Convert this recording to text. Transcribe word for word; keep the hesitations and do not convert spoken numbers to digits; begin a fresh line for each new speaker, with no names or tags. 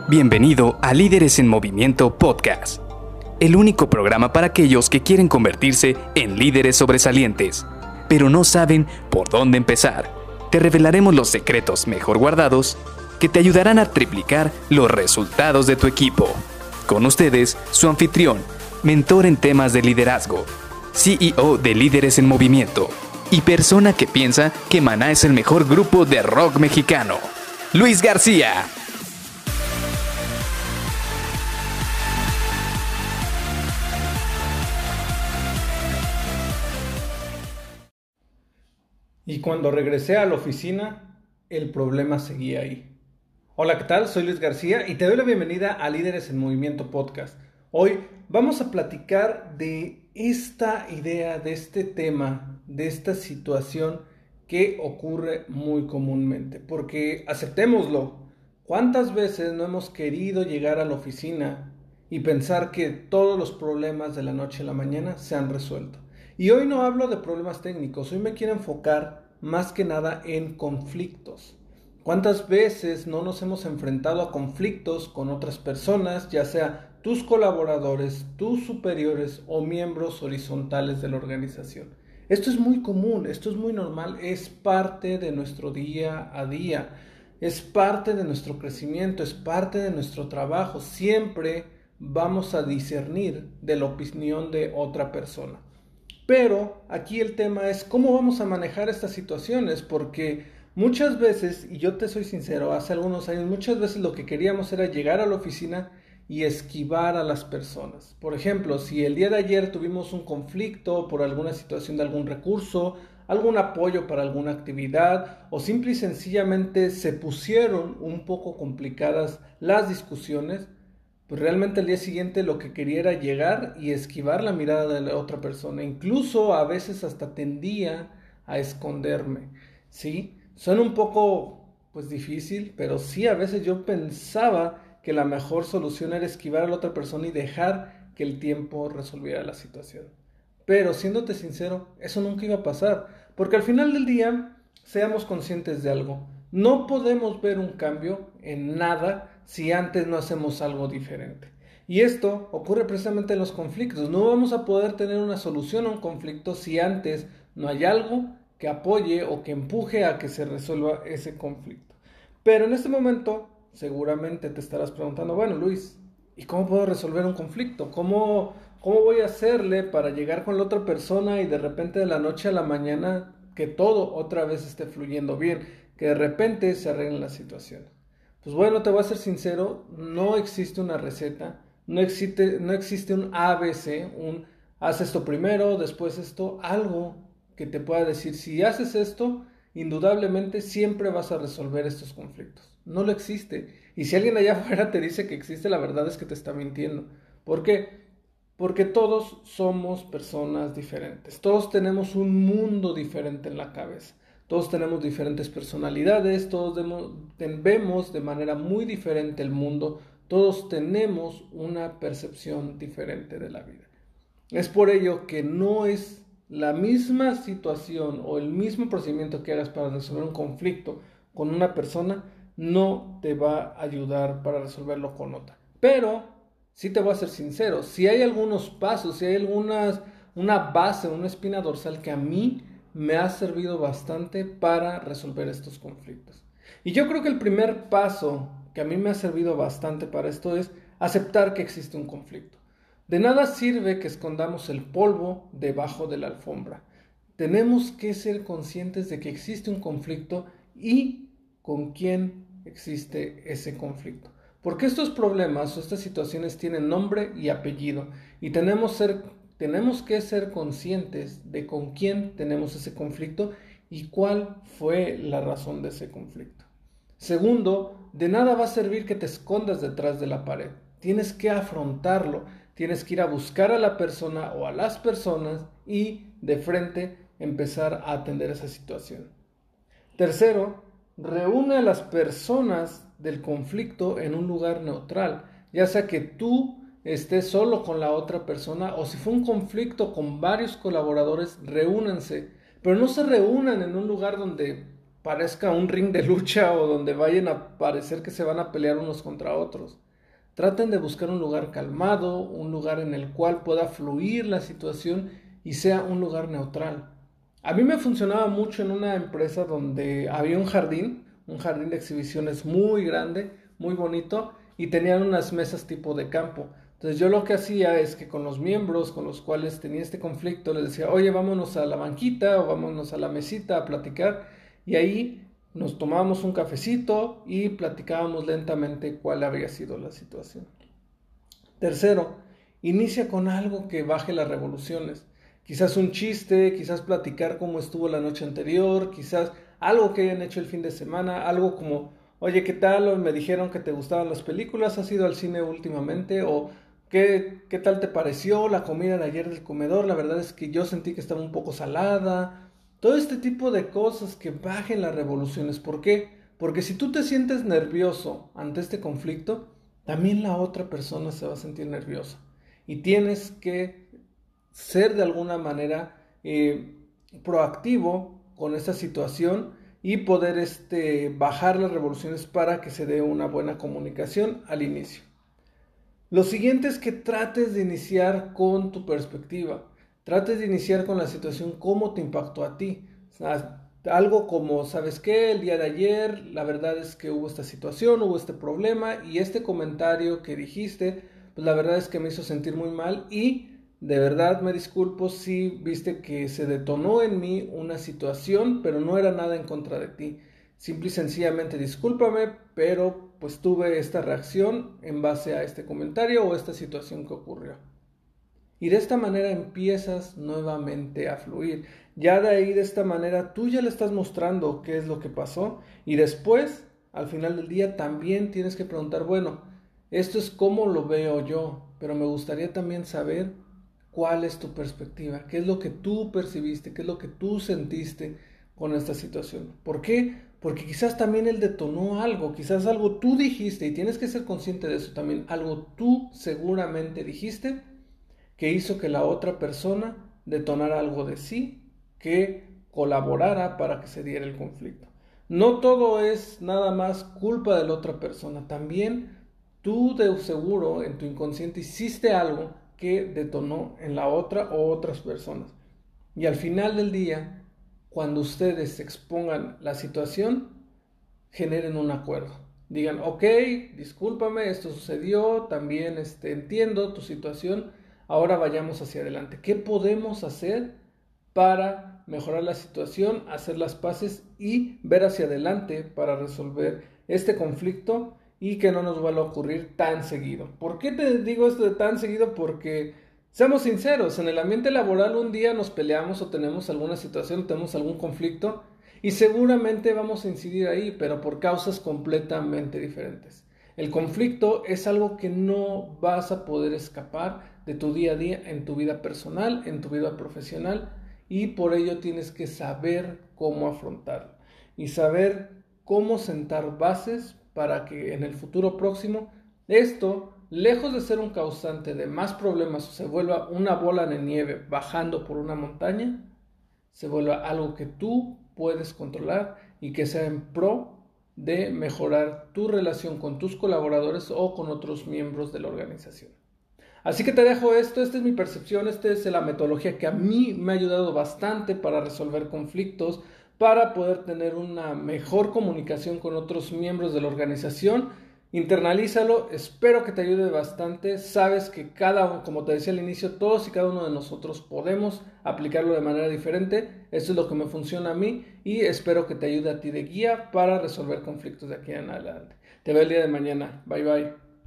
Bienvenido a Líderes en Movimiento Podcast, el único programa para aquellos que quieren convertirse en líderes sobresalientes, pero no saben por dónde empezar. Te revelaremos los secretos mejor guardados que te ayudarán a triplicar los resultados de tu equipo. Con ustedes, su anfitrión, mentor en temas de liderazgo, C E O de Líderes en Movimiento y persona que piensa que Maná es el mejor grupo de rock mexicano, Luis García.
Y cuando regresé a la oficina, el problema seguía ahí. Hola, ¿qué tal? Soy Luis García y te doy la bienvenida a Líderes en Movimiento Podcast. Hoy vamos a platicar de esta idea, de este tema, de esta situación que ocurre muy comúnmente. Porque aceptémoslo, ¿cuántas veces no hemos querido llegar a la oficina y pensar que todos los problemas de la noche a la mañana se han resuelto? Y hoy no hablo de problemas técnicos, hoy me quiero enfocar más que nada en conflictos. ¿Cuántas veces no nos hemos enfrentado a conflictos con otras personas, ya sea tus colaboradores, tus superiores o miembros horizontales de la organización? Esto es muy común, esto es muy normal, es parte de nuestro día a día, es parte de nuestro crecimiento, es parte de nuestro trabajo. Siempre vamos a discernir de la opinión de otra persona. Pero aquí el tema es cómo vamos a manejar estas situaciones, porque muchas veces, y yo te soy sincero, hace algunos años, muchas veces lo que queríamos era llegar a la oficina y esquivar a las personas. Por ejemplo, si el día de ayer tuvimos un conflicto por alguna situación de algún recurso, algún apoyo para alguna actividad, o simple y sencillamente se pusieron un poco complicadas las discusiones, pues realmente al día siguiente lo que quería era llegar y esquivar la mirada de la otra persona. Incluso a veces hasta tendía a esconderme, ¿sí? Suena un poco, pues, difícil, pero sí, a veces yo pensaba que la mejor solución era esquivar a la otra persona y dejar que el tiempo resolviera la situación. Pero, siéndote sincero, eso nunca iba a pasar, porque al final del día, seamos conscientes de algo. No podemos ver un cambio en nada si antes no hacemos algo diferente. Y esto ocurre precisamente en los conflictos. No vamos a poder tener una solución a un conflicto si antes no hay algo que apoye o que empuje a que se resuelva ese conflicto. Pero en este momento seguramente te estarás preguntando, bueno, Luis, ¿y cómo puedo resolver un conflicto? ¿Cómo, cómo voy a hacerle para llegar con la otra persona y de repente de la noche a la mañana que todo otra vez esté fluyendo bien, que de repente se arregle la situación? Pues bueno, te voy a ser sincero, no existe una receta, no existe, no existe un A B C, un haz esto primero, después esto, algo que te pueda decir, si haces esto, indudablemente siempre vas a resolver estos conflictos. No lo existe. Y si alguien allá afuera te dice que existe, la verdad es que te está mintiendo. ¿Por qué? Porque todos somos personas diferentes, todos tenemos un mundo diferente en la cabeza. Todos tenemos diferentes personalidades, todos vemos de manera muy diferente el mundo, todos tenemos una percepción diferente de la vida. Es por ello que no es la misma situación o el mismo procedimiento que hagas para resolver un conflicto con una persona, no te va a ayudar para resolverlo con otra. Pero sí te voy a ser sincero, si hay algunos pasos, si hay algunas, una base, una espina dorsal que a mí me ha servido bastante para resolver estos conflictos. Y yo creo que el primer paso que a mí me ha servido bastante para esto es aceptar que existe un conflicto. De nada sirve que escondamos el polvo debajo de la alfombra. Tenemos que ser conscientes de que existe un conflicto y con quién existe ese conflicto. Porque estos problemas o estas situaciones tienen nombre y apellido y tenemos ser Tenemos que ser conscientes de con quién tenemos ese conflicto y cuál fue la razón de ese conflicto. Segundo, de nada va a servir que te escondas detrás de la pared. Tienes que afrontarlo, tienes que ir a buscar a la persona o a las personas y de frente empezar a atender esa situación. Tercero, reúne a las personas del conflicto en un lugar neutral, ya sea que tú estés solo con la otra persona o si fue un conflicto con varios colaboradores, reúnanse, pero no se reúnan en un lugar donde parezca un ring de lucha o donde vayan a parecer que se van a pelear unos contra otros. Traten de buscar un lugar calmado, un lugar en el cual pueda fluir la situación y sea un lugar neutral. A mí me funcionaba mucho en una empresa donde había un jardín, un jardín de exhibiciones muy grande, muy bonito, y tenían unas mesas tipo de campo. Entonces yo lo que hacía es que con los miembros con los cuales tenía este conflicto les decía, oye, vámonos a la banquita o vámonos a la mesita a platicar, y ahí nos tomábamos un cafecito y platicábamos lentamente cuál había sido la situación. Tercero, inicia con algo que baje las revoluciones. Quizás un chiste, quizás platicar cómo estuvo la noche anterior, quizás algo que hayan hecho el fin de semana, algo como, oye, ¿qué tal? Me dijeron que te gustaban las películas, ¿has ido al cine últimamente? O ¿qué, qué tal te pareció la comida de ayer del comedor? La verdad es que yo sentí que estaba un poco salada. Todo este tipo de cosas que bajen las revoluciones. ¿Por qué? Porque si tú te sientes nervioso ante este conflicto, también la otra persona se va a sentir nerviosa. Y tienes que ser de alguna manera eh, proactivo con esta situación y poder este, bajar las revoluciones para que se dé una buena comunicación al inicio. Lo siguiente es que trates de iniciar con tu perspectiva. Trates de iniciar con la situación, cómo te impactó a ti. O sea, algo como, ¿sabes qué? El día de ayer, la verdad es que hubo esta situación, hubo este problema y este comentario que dijiste, pues la verdad es que me hizo sentir muy mal y de verdad me disculpo si viste que se detonó en mí una situación, pero no era nada en contra de ti. Simple y sencillamente discúlpame, pero pues tuve esta reacción en base a este comentario o esta situación que ocurrió. Y de esta manera empiezas nuevamente a fluir. Ya de ahí, de esta manera, tú ya le estás mostrando qué es lo que pasó. Y después, al final del día, también tienes que preguntar, bueno, esto es cómo lo veo yo, pero me gustaría también saber cuál es tu perspectiva, qué es lo que tú percibiste, qué es lo que tú sentiste con esta situación. ¿Por qué? Porque quizás también él detonó algo, quizás algo tú dijiste, y tienes que ser consciente de eso también, algo tú seguramente dijiste, que hizo que la otra persona detonara algo de sí, que colaborara para que se diera el conflicto. No todo es nada más culpa de la otra persona, también tú de seguro en tu inconsciente hiciste algo que detonó en la otra o otras personas. Y al final del día, cuando ustedes expongan la situación, generen un acuerdo. Digan, ok, discúlpame, esto sucedió, también este, entiendo tu situación. Ahora vayamos hacia adelante. ¿Qué podemos hacer para mejorar la situación, hacer las paces y ver hacia adelante para resolver este conflicto y que no nos vuelva a ocurrir tan seguido? ¿Por qué te digo esto de tan seguido? Porque, seamos sinceros, en el ambiente laboral un día nos peleamos o tenemos alguna situación, tenemos algún conflicto y seguramente vamos a incidir ahí, pero por causas completamente diferentes. El conflicto es algo que no vas a poder escapar de tu día a día en tu vida personal, en tu vida profesional, y por ello tienes que saber cómo afrontarlo y saber cómo sentar bases para que en el futuro próximo esto, lejos de ser un causante de más problemas o se vuelva una bola de nieve bajando por una montaña, se vuelva algo que tú puedes controlar y que sea en pro de mejorar tu relación con tus colaboradores o con otros miembros de la organización. Así que te dejo esto, esta es mi percepción, esta es la metodología que a mí me ha ayudado bastante para resolver conflictos, para poder tener una mejor comunicación con otros miembros de la organización. Internalízalo, espero que te ayude bastante. Sabes que cada, como te decía al inicio, todos y cada uno de nosotros podemos aplicarlo de manera diferente. Esto es lo que me funciona a mí y espero que te ayude a ti de guía para resolver conflictos de aquí en adelante. Te veo el día de mañana. Bye bye.